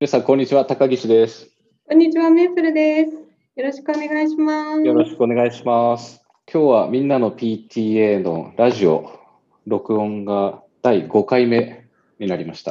皆さん、こんにちは。高岸です。 こんにちは、メープルです。よろしくお願いします。 よろしくお願いします。今日はみんなの PTA のラジオ、録音が第5回目になりました。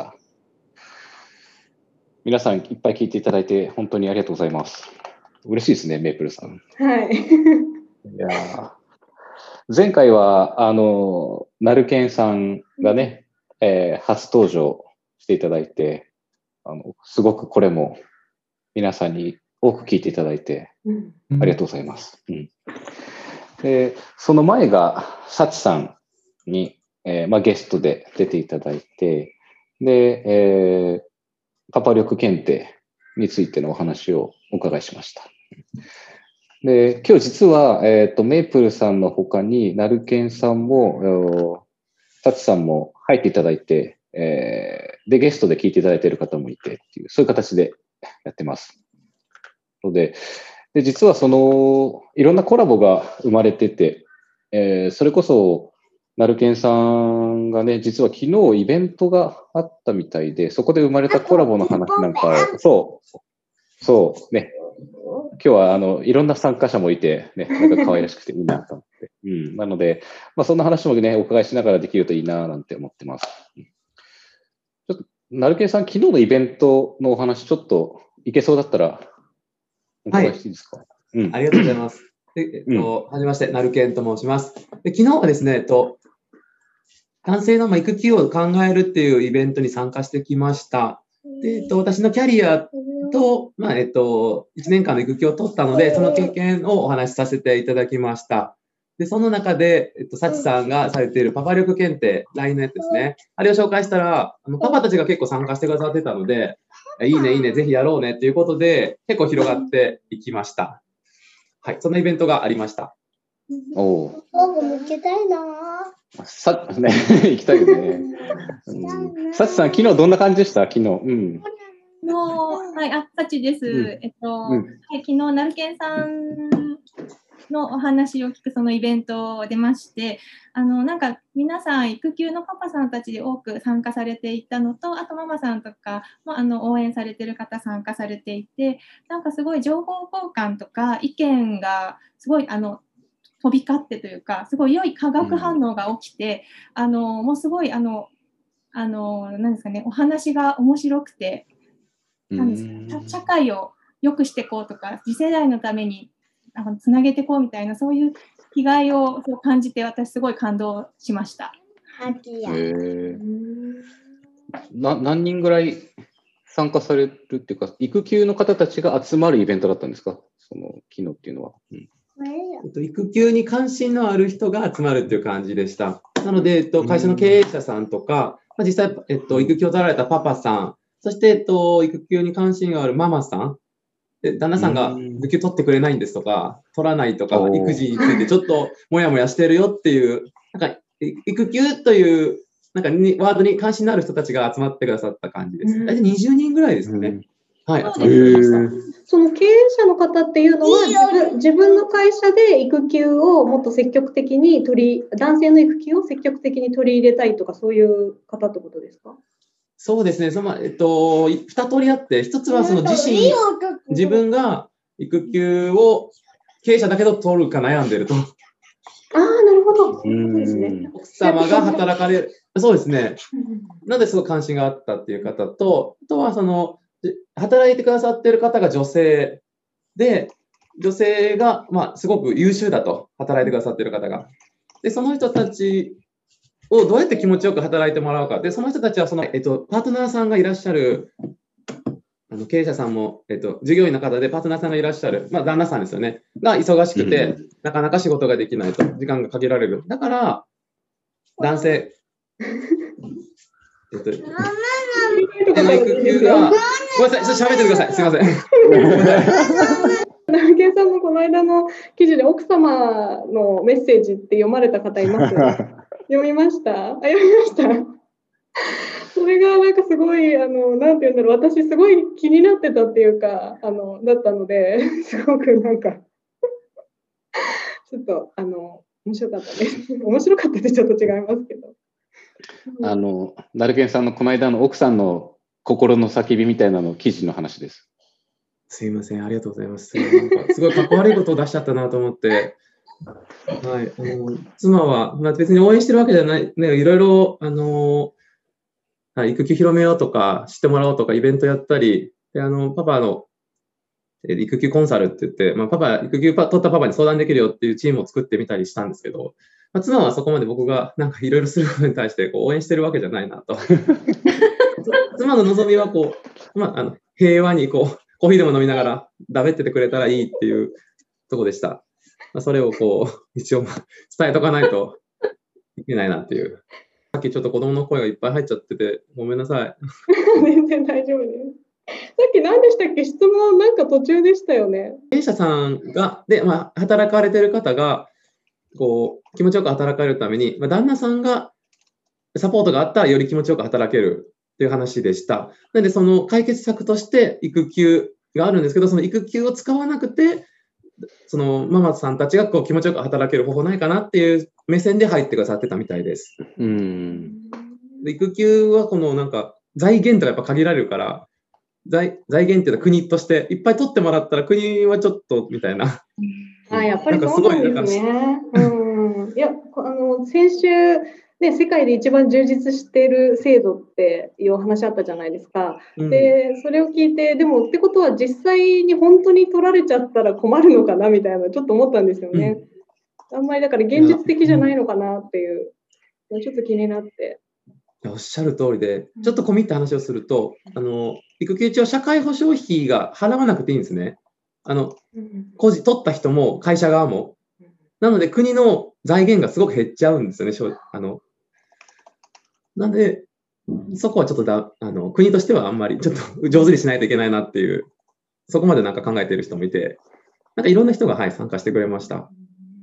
皆さん、いっぱい聞いていただいて、本当にありがとうございます。嬉しいですね、メープルさん。 はい。 いや前回は、ナルケンさんがね、初登場していただいて、すごくこれも皆さんに多く聞いていただいて、ありがとうございます。でその前が、サチさんに、ゲストで出ていただいて、で、パパ力検定についてのお話をお伺いしました。で、今日実は、メイプルさんの他に、ナルケンさんも、サチさんも入っていただいて、で、ゲストで聞いていただいている方もいてっていう、そういう形でやってます。ので、実はいろんなコラボが生まれてて、それこそ、ナルケンさんがね、実は昨日イベントがあったみたいで、そこで生まれたコラボの話なんかを、そうね、今日はいろんな参加者もいて、ね、なんか可愛らしくていいなと思って。なので、そんな話もね、お伺いしながらできるといいななんて思ってます。ちょっと、ナルケンさん、昨日のイベントのお話、ちょっといけそうだったら、お伺いしていいですか？ ありがとうございます。はじめまして、ナルケンと申します。で昨日はですね、男性の育休を考えるっていうイベントに参加してきました。で私のキャリアと、1年間の育休を取ったので、その経験をお話しさせていただきました。でその中で、サチさんがされているパパ力検定、来年ですね、あれを紹介したら、パパたちが結構参加してくださってたので、いいね、いいね、ぜひやろうねっていうことで、結構広がっていきました。はい、そのイベントがありました。 おー。 行きたいなね、行きたいよね。サチさん、昨日どんな感じでした？昨日。はい 、サチです。はい、昨日、ナルケンさんのお話を聞くそのイベント出まして、なんか皆さん育休のパパさんたちで多く参加されていたのと、あとママさんとかも応援されてる方参加されていて、なんかすごい情報交換とか意見がすごい飛び交ってというか、すごい良い化学反応が起きて、もうすごい何ですかね、お話が面白くて、社会を良くしていこうとか、次世代のためにつなげていこうみたいな、そういう気概を感じて、私すごい感動しました。 何人ぐらい参加されるっていうか、育休の方たちが集まるイベントだったんですか？その昨日っていうのは。 育休に関心のある人が集まるっていう感じでした。なので、会社の経営者さんとか、実際、育休を取られたパパさん、そして、育休に関心があるママさん、で旦那さんが育休取ってくれないんですとか、取らないとか、育児についてちょっともやもやしてるよっていう、なんか育休というなんかワードに関心のある人たちが集まってくださった感じです。大体20人ぐらいですかね。はい、集まってくれました。 その経営者の方っていうのは自分の会社で育休をもっと積極的に男性の育休を積極的に取り入れたいとか、そういう方ってことですか？ そうですね。2通りあって、一つは自分が育休を経営者だけど取るか悩んでると。 なるほど。そうですね。 奥様が働かれる。そうですね。なのですごい関心があったっていう方と、あとは働いてくださっている方が女性で、女性が、すごく優秀だと、働いてくださっている方が。で、その人たちをどうやって気持ちよく働いてもらうか。で、その人たちはパートナーさんがいらっしゃる、経営者さんも、従業員の方でパートナーさんがいらっしゃる、旦那さんですよね。が忙しくて、なかなか仕事ができないと、時間が限られる。だから、男性、の育休が、ごめんなさい、喋ってください。すいません。 ナルケンさんのこの間の記事で奥様のメッセージって読まれた方います？読みました？読みました。それがなんかすごいなんていうんだろう、私すごい気になってたっていうかだったので、すごくなんかちょっと面白かったです。面白かったってちょっと違いますけど。 ナルケンさんのこの間の奥さんの心の叫びみたいなの記事の話です。 すいません、ありがとうございます。なんかすごいかっこ悪いことを出しちゃったなと思って、はい、妻は、まあ、別に応援してるわけじゃない、ね、いろいろ、はい、育休広めようとか、知ってもらおうとか、イベントやったり、でパパの育休コンサルって言って、まあ、育休取ったパパに相談できるよっていうチームを作ってみたりしたんですけど、まあ、妻はそこまで僕がなんかいろいろすることに対してこう応援してるわけじゃないなと。妻の望みはこう、まあ、平和にこうコーヒーでも飲みながらだべっててくれたらいいっていうとこでした。まあ、それをこう一応伝えとかないといけないなっていう。さっきちょっと子供の声がいっぱい入っちゃっててごめんなさい。 全然大丈夫です。さっき何でしたっけ、質問なんか途中でしたよね。 経営者さんがで、まあ、働かれてる方がこう気持ちよく働かれるために、まあ、旦那さんがサポートがあったらより気持ちよく働けるっていう話でした。なのでその解決策として育休があるんですけど、その育休を使わなくてそのママさんたちがこう気持ちよく働ける方法ないかなっていう目線で入ってくださってたみたいです。で育休はこのなんか財源とかやっぱ限られるから財源っていうのは国としていっぱい取ってもらったら国はちょっとみたいな。 やっぱりそうなんですね。いや先週、ね、世界で一番充実している制度っていうお話あったじゃないですか。でそれを聞いて、でもってことは実際に本当に取られちゃったら困るのかなみたいなちょっと思ったんですよね。あんまりだから現実的じゃないのかなっていう、ちょっと気になって。 おっしゃる通りで、ちょっと込み入った話をすると、育休中は社会保障費が払わなくていいんですね。個人取った人も会社側も。なので国の財源がすごく減っちゃうんですよね。なので、そこはちょっと国としてはあんまりちょっと上手にしないといけないなっていう、そこまでなんか考えている人もいて、なんかいろんな人が、はい、参加してくれました。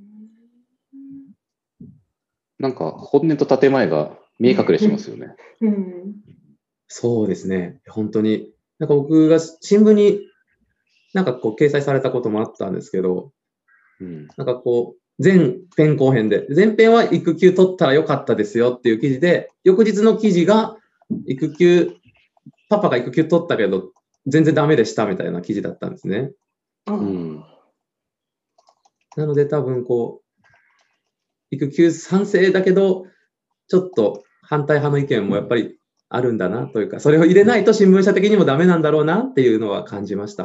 なんか本音と建前が見え隠れしますよね。 そうですね。本当に。なんか僕が新聞になんかこう掲載されたこともあったんですけど、なんかこう前編後編で、前編は育休取ったらよかったですよっていう記事で、翌日の記事がパパが育休取ったけど全然ダメでしたみたいな記事だったんですね。なので多分こう育休賛成だけどちょっと反対派の意見もやっぱりあるんだなというか、それを入れないと新聞社的にもダメなんだろうなっていうのは感じました。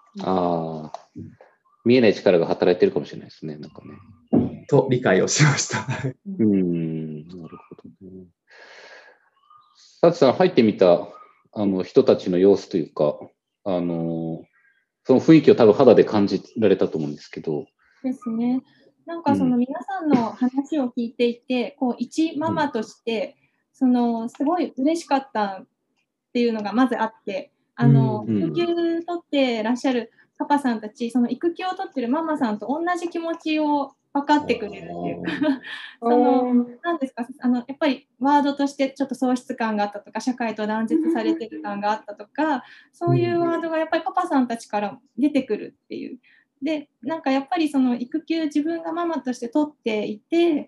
見えない力が働いてるかもしれないですね、なんかね。 と理解をしました。 なるほどね。サツさん、入ってみた人たちの様子というか、その雰囲気を多分肌で感じられたと思うんですけど。 ですね。なんかその皆さんの話を聞いていて、こう一ママとしてすごい嬉しかったっていうのがまずあって、育休取ってらっしゃるパパさんたち、その育休を取ってるママさんと同じ気持ちを分かってくれるっていうかなんですか、やっぱりワードとしてちょっと喪失感があったとか、社会と断絶されてる感があったとか、そういうワードがやっぱりパパさんたちから出てくるっていう。で、なんかやっぱりその育休自分がママとして取っていて、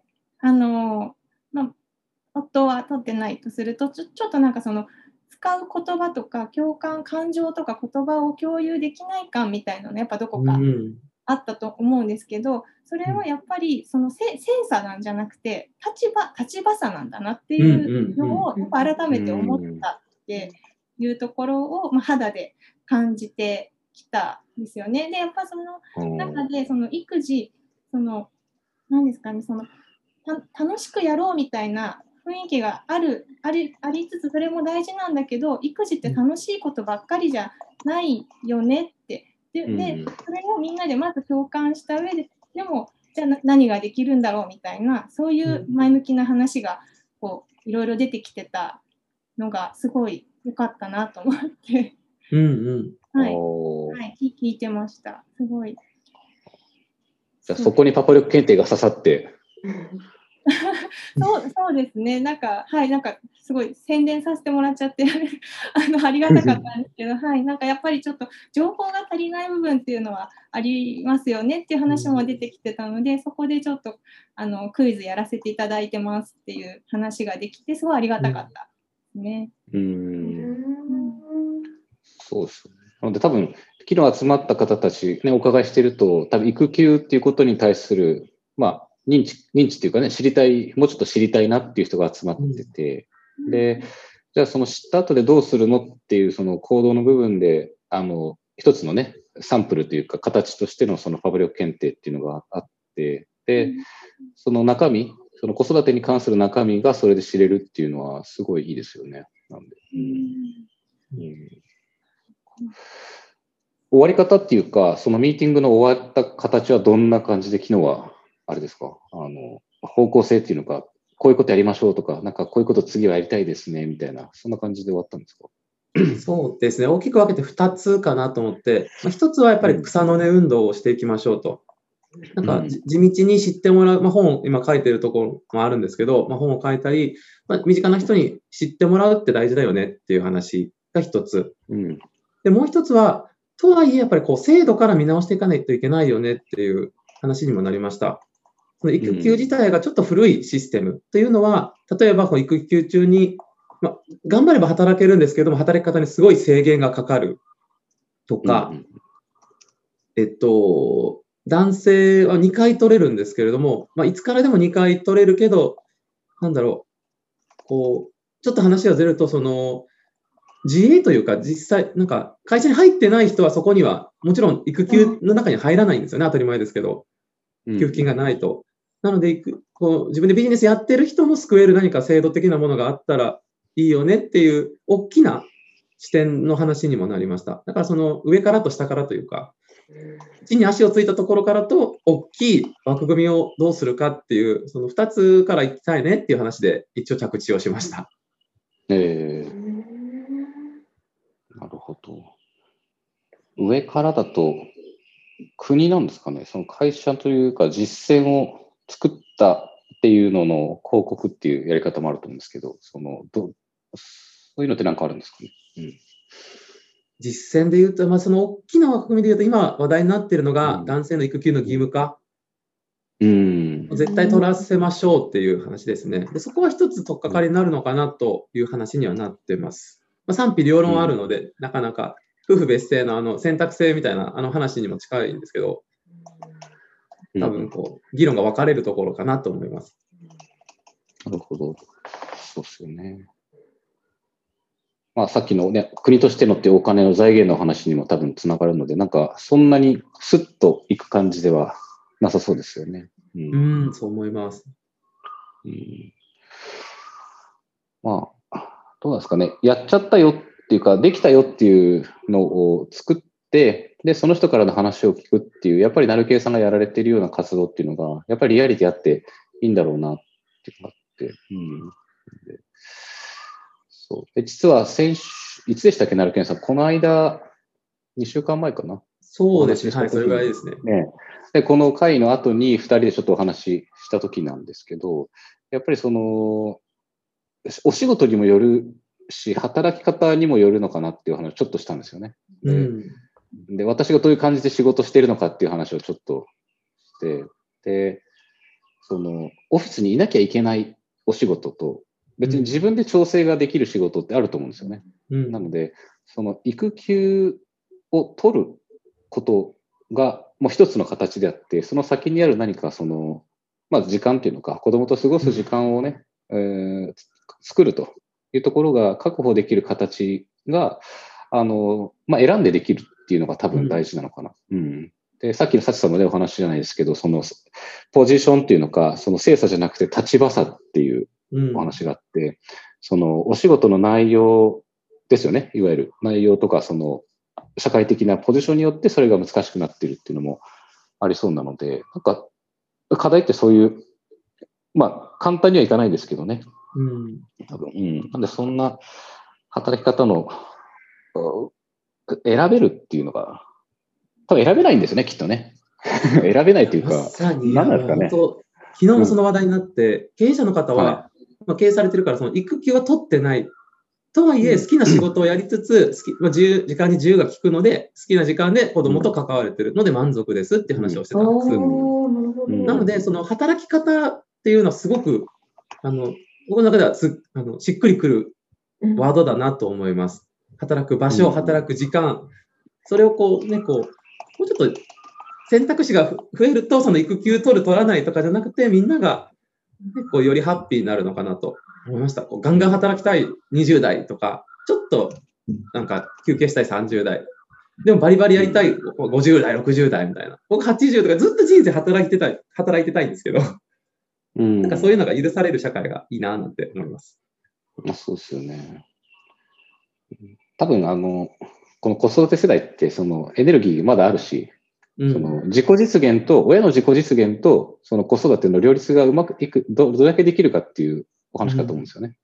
夫は取ってないとすると、ちょっとなんかその使う言葉とか共感、感情とか言葉を共有できない感みたいなのやっぱどこかあったと思うんですけど、それはやっぱりその性差なんじゃなくて立場差なんだなっていうのをやっぱ改めて思ったっていうところを、肌で感じてきたんですよね。で、やっぱその中でその育児、何ですかね、楽しくやろうみたいな雰囲気がありつつ、それも大事なんだけど、育児って楽しいことばっかりじゃないよねって。でそれをみんなでまず共感した上で、でも、じゃあ何ができるんだろうみたいな、そういう前向きな話がこういろいろ出てきてたのがすごい良かったなと思って、聞いてました。すごい。 じゃあそこにパパ力検定が刺さって。 そうですね。なんかすごい宣伝させてもらっちゃってありがたかったんですけど、なんかやっぱりちょっと情報が足りない部分っていうのはありますよねっていう話も出てきてたので、そこでちょっとクイズやらせていただいてますっていう話ができて、すごいありがたかったですね。 そうですよね。なので多分、昨日集まった方たち、ね、お伺いしていると、多分育休っていうことに対する、認知っていうかね、もうちょっと知りたいなっていう人が集まってて、で、じゃあその知った後でどうするのっていうその行動の部分で、一つのね、サンプルというか形としてのそのパブリック検定っていうのがあって、で、その中身、その子育てに関する中身がそれで知れるっていうのはすごいいいですよね。なんで、終わり方っていうか、そのミーティングの終わった形はどんな感じで、昨日は、あれですか、方向性っていうのか、こういうことやりましょうとか、なんかこういうこと次はやりたいですね、みたいな、そんな感じで終わったんですか？ そうですね。大きく分けて2つかなと思って、1つはやっぱり草の根運動をしていきましょうと。なんか地道に知ってもらう、本を今書いてるところもあるんですけど、本を書いたり、身近な人に知ってもらうって大事だよねっていう話が1つ。で、もう1つは、とはいえやっぱり制度から見直していかないといけないよねっていう話にもなりました。その育休自体がちょっと古いシステムというのは、例えば育休中に、頑張れば働けるんですけども、働き方にすごい制限がかかるとか、男性は2回取れるんですけれども、いつからでも2回取れるけど、ちょっと話がずれると、自営というか、実際、なんか会社に入ってない人はそこには、もちろん育休の中に入らないんですよね、当たり前ですけど、給付金がないと。なので、自分でビジネスやってる人も救える何か制度的なものがあったらいいよねっていう、大きな視点の話にもなりました。だから上からと下からというか、地に足をついたところからと、大きい枠組みをどうするかっていう、その2つからいきたいねっていう話で、一応着地をしました。 なるほど。上からだと、国なんですかね、その会社というか、実践を作ったっていうのの広告っていうやり方もあると思うんですけど、そういうのって何かあるんですかね。 実践で言うと、その大きな枠組みで言うと、今話題になっているのが、男性の育休の義務化。絶対取らせましょうっていう話ですね。でそこは一つ取っかかりになるのかなという話にはなってます。賛否両論あるので、なかなか夫婦別姓の選択制みたいな話にも近いんですけど、多分議論が分かれるところかなと思います。 なるほど。そうですよね。さっきのね、国としてのってお金の財源の話にも多分つながるので、なんかそんなにスッといく感じではなさそうですよね。 そう思います。 どうなんですかね。やっちゃったよっていうか、できたよっていうのを作って、で、その人からの話を聞くっていう、やっぱり成慶さんがやられているような活動っていうのが、やっぱりリアリティあっていいんだろうなっていうのがあって。で実はいつでしたっけ、成慶さん。この間、2週間前かな。 そうですね。はい、それぐらいですね。 で、この会の後に2人でちょっとお話しした時なんですけど、やっぱりお仕事にもよるし、働き方にもよるのかなっていう話をちょっとしたんですよね。で、私がどういう感じで仕事しているのかっていう話をちょっとして、で、オフィスにいなきゃいけないお仕事と、別に自分で調整ができる仕事ってあると思うんですよね。なので、育休を取ることがもう一つの形であって、その先にある何か時間っていうのか、子供と過ごす時間をね、作るというところが確保できる形が、選んでできるっていうのが多分大事なのかな。で、さっきの幸さんのね、お話じゃないですけど、ポジションっていうのか、性差じゃなくて立場差っていうお話があって、お仕事の内容ですよね。いわゆる内容とか、社会的なポジションによってそれが難しくなっているっていうのもありそうなので、なんか、課題ってそういう、簡単にはいかないですけどね。多分、なんでそんな働き方の選べるっていうのが、多分選べないんですよね、きっとね。選べないというか、 まさに、 何なんですかね。 昨日もその話題になって、経営者の方は、経営されてるから、育休は取ってない。とはいえ、好きな仕事をやりつつ、時間に自由が利くので、好きな時間で子供と関われてるので満足ですって話をしてたんです。なので、働き方っていうのはすごく、僕の中ではしっくりくるワードだなと思います。 働く場所、働く時間、それをこう、もうちょっと選択肢が増えると、その育休取る、取らないとかじゃなくて、みんなが、こうよりハッピーになるのかなと思いました。こうガンガン働きたい20代とか、ちょっとなんか休憩したい30代。でもバリバリやりたい50代、60代みたいな。僕80とかずっと人生働いてたいんですけど、なんかそういうのが許される社会がいいななんて思います。 そうですよね。多分この子育て世代ってそのエネルギーまだあるし、その自己実現と親の自己実現とその子育ての両立がうまくいく、どれだけできるかっていうお話かと思うんですよね。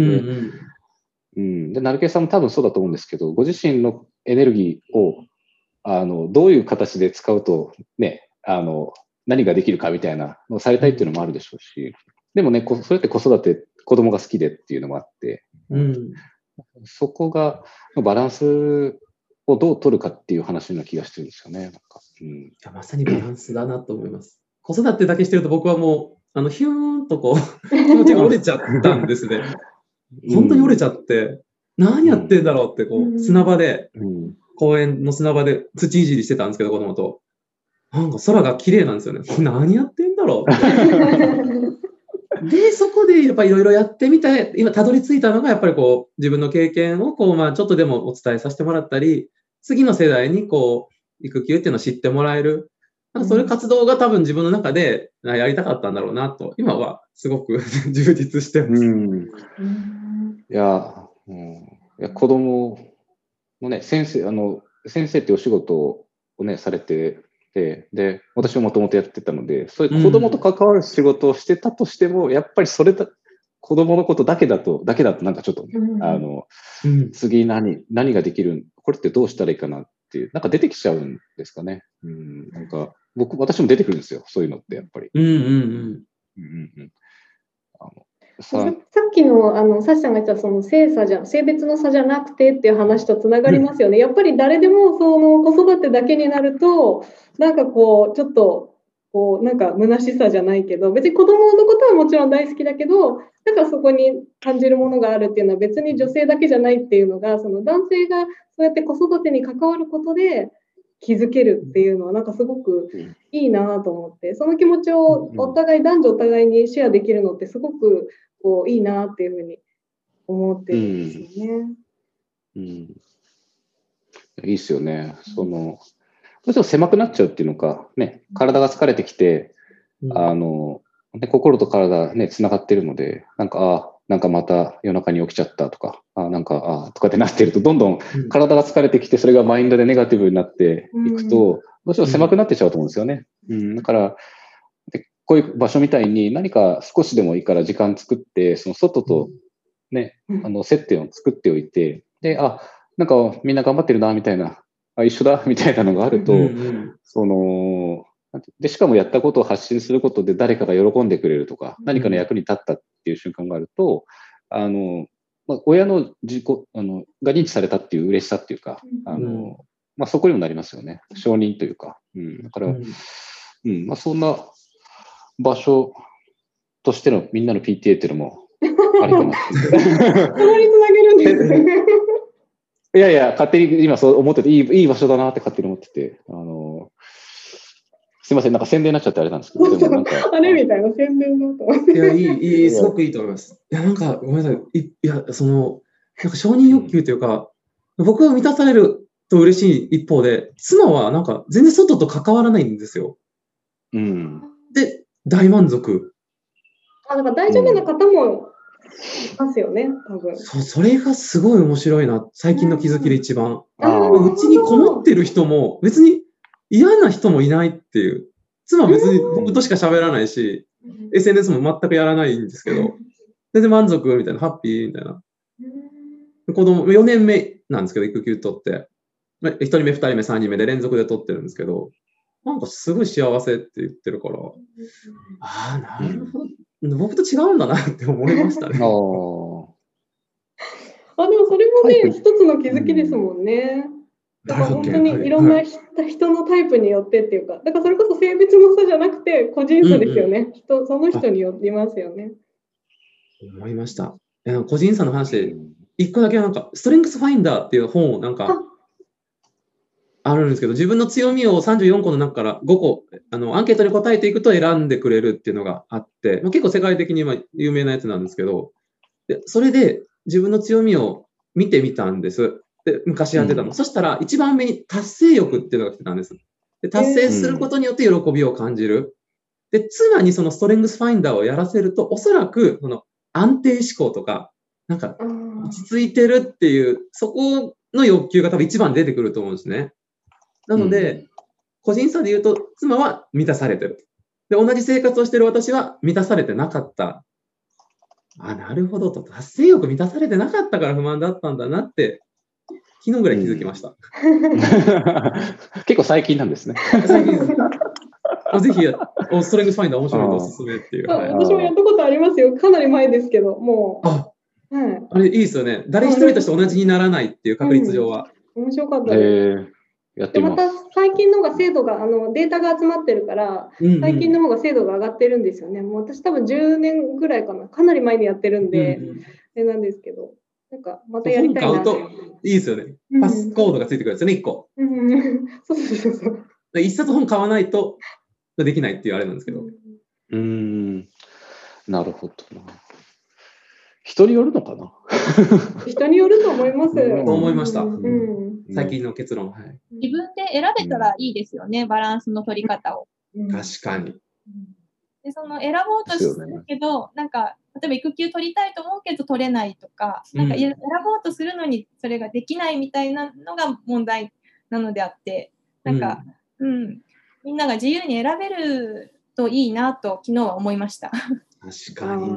で、成毛さんも多分そうだと思うんですけど、ご自身のエネルギーをどういう形で使うとね、何ができるかみたいなのをされたいっていうのもあるでしょうし、でもね、それって子育て、子供が好きでっていうのもあって、そこがバランスをどう取るかっていう話の気がしてるんですよね。なんかまさにバランスだなと思います。子育てだけしてると僕はもうヒューンとこう気持ちが折れちゃったんですね。本当に折れちゃって、何やってんだろうってこう砂場で、公園の砂場で土いじりしてたんですけど、子供と。なんか空が綺麗なんですよね。何やってんだろうって。で、そこでやっぱりいろいろやってみて、今たどり着いたのがやっぱりこう自分の経験をこうちょっとでもお伝えさせてもらったり、次の世代にこう育休っていうのを知ってもらえる。なんかそういう活動が多分自分の中でやりたかったんだろうなと、今はすごく充実してます。 いや、子供のね、先生ってお仕事をね、されてて、で、私ももともとやってたので、そういう子供と関わる仕事をしてたとしても、やっぱりそれだ、子供のことだけだとなんかちょっとね、次何ができる、これってどうしたらいいかなっていう、なんか出てきちゃうんですかね。なんか、私も出てくるんですよ、そういうのってやっぱり。 さっきのサシさんが言ったその性別の差じゃなくてっていう話とつながりますよね。やっぱり誰でもその子育てだけになるとなんかこうちょっとこうなんか虚しさじゃないけど、別に子供のことはもちろん大好きだけど、なんかそこに感じるものがあるっていうのは別に女性だけじゃないっていうのが、その男性がそうやって子育てに関わることで気づけるっていうのはなんかすごくいいなと思って、その気持ちを男女お互いにシェアできるのってすごくこういいなっていうふうに思ってるんですよね。 いいですよね。どうしても狭くなっちゃうっていうのか、ね、体が疲れてきて、心と体ね、つながってるので、なんかまた夜中に起きちゃったとか、とかってなってると、どんどん体が疲れてきて、それがマインドでネガティブになっていくと、どうしても狭くなってしまうと思うんですよね。だから、こういう場所みたいに何か少しでもいいから時間作って、その外とね、接点を作っておいて、で、なんかみんな頑張ってるな、みたいな、一緒だ、みたいなのがあると、で、しかもやったことを発信することで誰かが喜んでくれるとか、何かの役に立ったっていう瞬間があると、親のが認知されたっていう嬉しさっていうか、そこにもなりますよね。承認というか。だから、そんな場所としてのみんなの PTA っていうのもありかなっていう。 たまにつなげるんですね。 いやいや、勝手に今そう思ってて、いい場所だなって勝手に思ってて、すいません、なんか宣伝になっちゃってあれなんですけど、でもなんかあれみたいな宣伝だと思って。 いや、すごくいいと思います。いや、なんか、ごめんなさい。なんか承認欲求というか、僕が満たされると嬉しい一方で、妻はなんか全然外と関わらないんですよ。で、大満足。 だから大丈夫な方もいますよね、多分。 それがすごい面白いな。最近の気づきで一番。うちにこもってる人も、別に嫌な人もいないっていう。妻は別に僕としか喋らないし、SNS も全くやらないんですけど、全然満足みたいな、ハッピーみたいな。子供、4年目なんですけど、育休取って。1人目、2人目、3人目で連続で取ってるんですけど、なんかすごい幸せって言ってるから、なるほど。僕と違うんだなって思いましたね。 でもそれもね、一つの気づきですもんね。だから本当にいろんな人のタイプによってっていうか、だからそれこそ性別の差じゃなくて個人差ですよね。その人によりますよね。 思いました。個人差の話、 一個だけなんか、ストレングスファインダーっていう本をなんか、あるんですけど、自分の強みを34個の中から5個、アンケートに答えていくと選んでくれるっていうのがあって、結構世界的に今有名なやつなんですけど、でそれで自分の強みを見てみたんです。で昔やってたの。そしたら一番目に達成欲っていうのが来てたんです。で達成することによって喜びを感じる。で、妻にそのストレングスファインダーをやらせると、おそらくその安定思考とか、なんか落ち着いてるっていう、そこの欲求が多分一番出てくると思うんですね。なので、個人差で言うと、妻は満たされてる。で、同じ生活をしている私は満たされてなかった。なるほどと。達成欲満たされてなかったから不満だったんだなって、昨日ぐらい気づきました。 結構最近なんですね。 最近です。ぜひ、ストレングスファインダー面白いのでおすすめっていう。 私もやったことありますよ。かなり前ですけど、もう。 あれいいですよね。誰一人として同じにならないっていう確率上は。 面白かったです。でまた最近の方が精度がデータが集まってるから、最近の方が精度が上がってるんですよね。もう私多分10年ぐらいかな、かなり前にやってるんで、なんですけど、なんかまたやりたいなと。 いいですよね。パスコードがついてくるんですよね、1個。 そう。 1冊本買わないとできないっていうあれなんですけど。 なるほどな。人によるのかな。 人によると思います。そう思いました。最近の結論。 自分で選べたらいいですよね、バランスの取り方を。 確かに。 でその選ぼうとするけど、なんか例えば育休取りたいと思うけど取れないとか、なんか選ぼうとするのにそれができないみたいなのが問題なのであって、なんか、みんなが自由に選べるといいなと昨日は思いました。 確かに。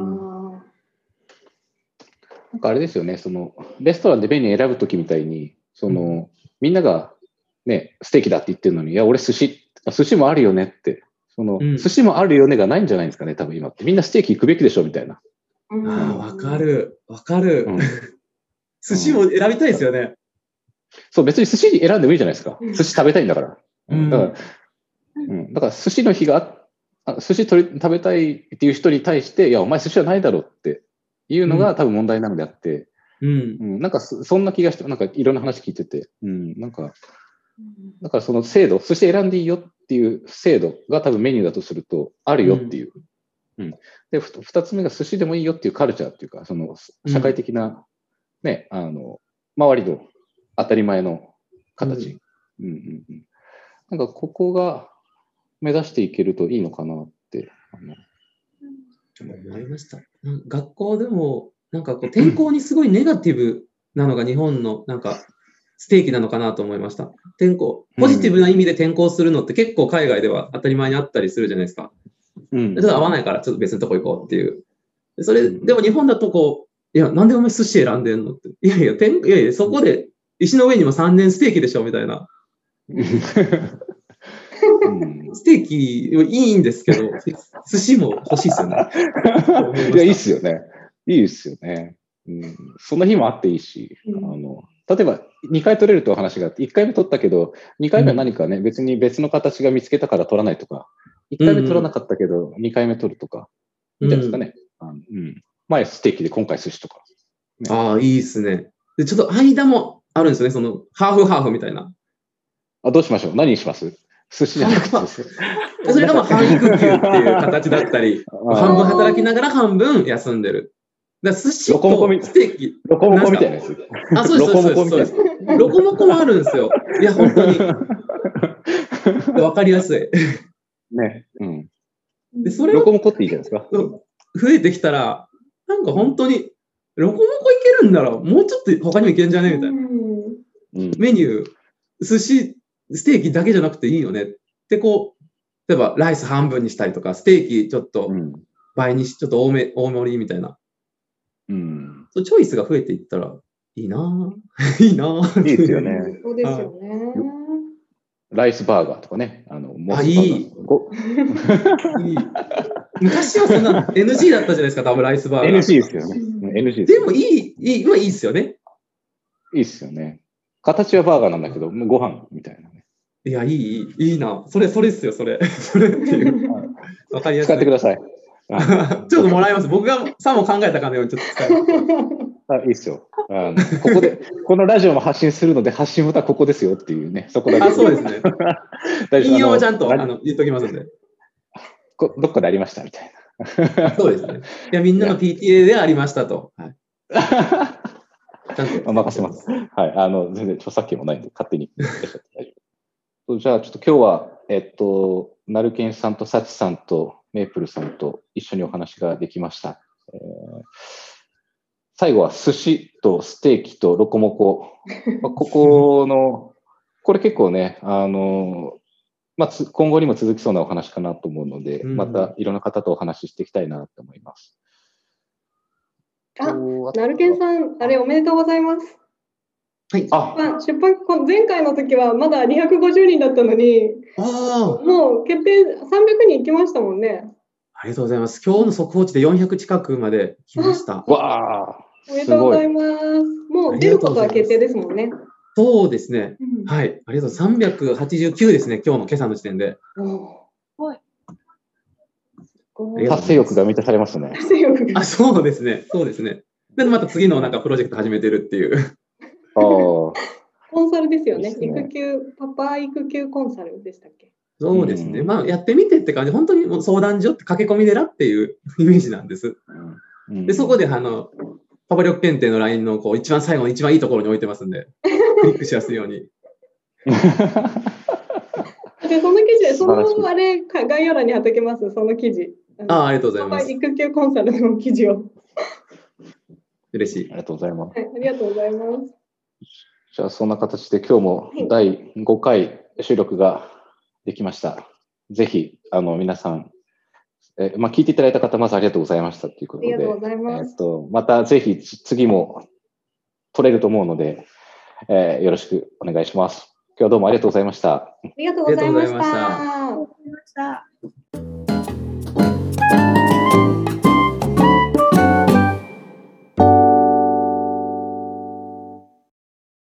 なんかあれですよね、そのレストランでメニュー選ぶときみたいに、みんながね、ステーキだって言ってるのに、いや、俺寿司もあるよねって、寿司もあるよねがないんじゃないですかね、多分今って。みんなステーキ行くべきでしょみたいな。 わかる。寿司も選びたいですよね。 そう、別に寿司選んでもいいじゃないですか。寿司食べたいんだから。だから寿司の日が寿司食べたいっていう人に対して、いや、お前寿司はないだろうっていうのが多分問題なのであって、なんかそんな気がして、なんかいろんな話聞いてて、なんか、だからその制度、寿司選んでいいよっていう制度が多分メニューだとすると、あるよっていう。で、二つ目が寿司でもいいよっていうカルチャーっていうか、その社会的な、ね、周りの当たり前の形。なんかここが目指していけるといいのかなって思いました。学校でもなんかこう転校にすごいネガティブなのが日本のなんかステーキなのかなと思いました。転校、ポジティブな意味で転校するのって結構海外では当たり前にあったりするじゃないですか。ちょっと合わないからちょっと別のとこ行こうっていう。それでも日本だとこう、いやなんでお前寿司選んでんのって、いやそこで石の上にも3年ステーキでしょみたいな。ステーキいいんですけど、寿司も欲しいですよね。 いや、いいっすよね。いいっすよね。そんな日もあっていいし、例えば2回取れるという話があって、1回目取ったけど、2回目は何かね、別に別の形が見つけたから取らないとか、1回目取らなかったけど、2回目取るとか、いいんじゃないですかね。前ステーキで今回寿司とか。 いいっすね。で、ちょっと間もあるんですよね、そのハーフハーフみたいな。 どうしましょう？何にします？寿司じゃなくてそれが半育休っていう形だったり、半分働きながら半分休んでる。だ寿司とステーキ。 ロコモコみたいなやつ。 そうです。ロコモコもあるんですよ。いや、本当に。わかりやすい。 ね。 でそれロコモコっていいじゃないですか。 増えてきたら、なんか本当に、ロコモコいけるんなら、もうちょっと他にもいけるんじゃねみたいな。メニュー、寿司、ステーキだけじゃなくていいよねってこう、例えばライス半分にしたりとか、ステーキちょっと倍にし、ちょっと多盛りみたいな。そうチョイスが増えていったらいいないいないいですよね。 そうですよね。 ライスバーガーとかね。 いい。昔はそんな NG だったじゃないですか、多分ライスバーガー。 NG ですよね。NG です。 でも今いいですよね。 いいですよね。形はバーガーなんだけど、もうご飯みたいなね。 いや、いいな。それっすよ、それっていう。わかりやすい。 使ってください。 ちょっともらいます。僕がさも考えたかのようにちょっと使います。 いいっすよ。 このラジオも発信するので、発信ボタンここですよっていうね、そこだけ。 そうですね。引用をちゃんと言っときますんで。 どっかでありましたみたいな。そうですね。いや、みんなの PTA でありましたと。はい、 ちゃんと任せます。はい。全然著作権もないんで、勝手に。じゃあ、ちょっと今日は、ナルケンさんとサチさんとメープルさんと一緒にお話ができました。最後は寿司とステーキとロコモコ。これ結構ね、今後にも続きそうなお話かなと思うので、またいろんな方とお話ししていきたいなと思います。 ナルケンさん、あれおめでとうございます。 はい。 出版、前回の時はまだ250人だったのに、もう決定300人いきましたもんね。 ありがとうございます。今日の速報値で400近くまで来ました。 わあ。 おめでとうございます。もう出ることは決定ですもんね。 そうですね。はい。ありがとう。389ですね。今朝の時点で。 達成欲が満たされますね。 達成欲が。 そうですね。そうですね。で、また次のプロジェクト始めてるっていう。 コンサルですよね。パパ育休コンサルでしたっけ？ そうですね。やってみてって感じ、本当にもう相談所って駆け込み寺っていうイメージなんです。で、そこでパパ力検定の LINE の一番最後の一番いいところに置いてますんで、クリックしやすいように。 で、その記事、概要欄に貼っときます、その記事。 ありがとうございます。 パパ育休コンサルの記事を。 嬉しい。 ありがとうございます。 はい、ありがとうございます。 じゃあ、そんな形で今日も第5回収録ができました。ぜひ、皆さん、聞いていただいた方、まずありがとうございましたということで、 ありがとうございます。 またぜひ次も取れると思うので、よろしくお願いします。今日はどうもありがとうございました。 ありがとうございました。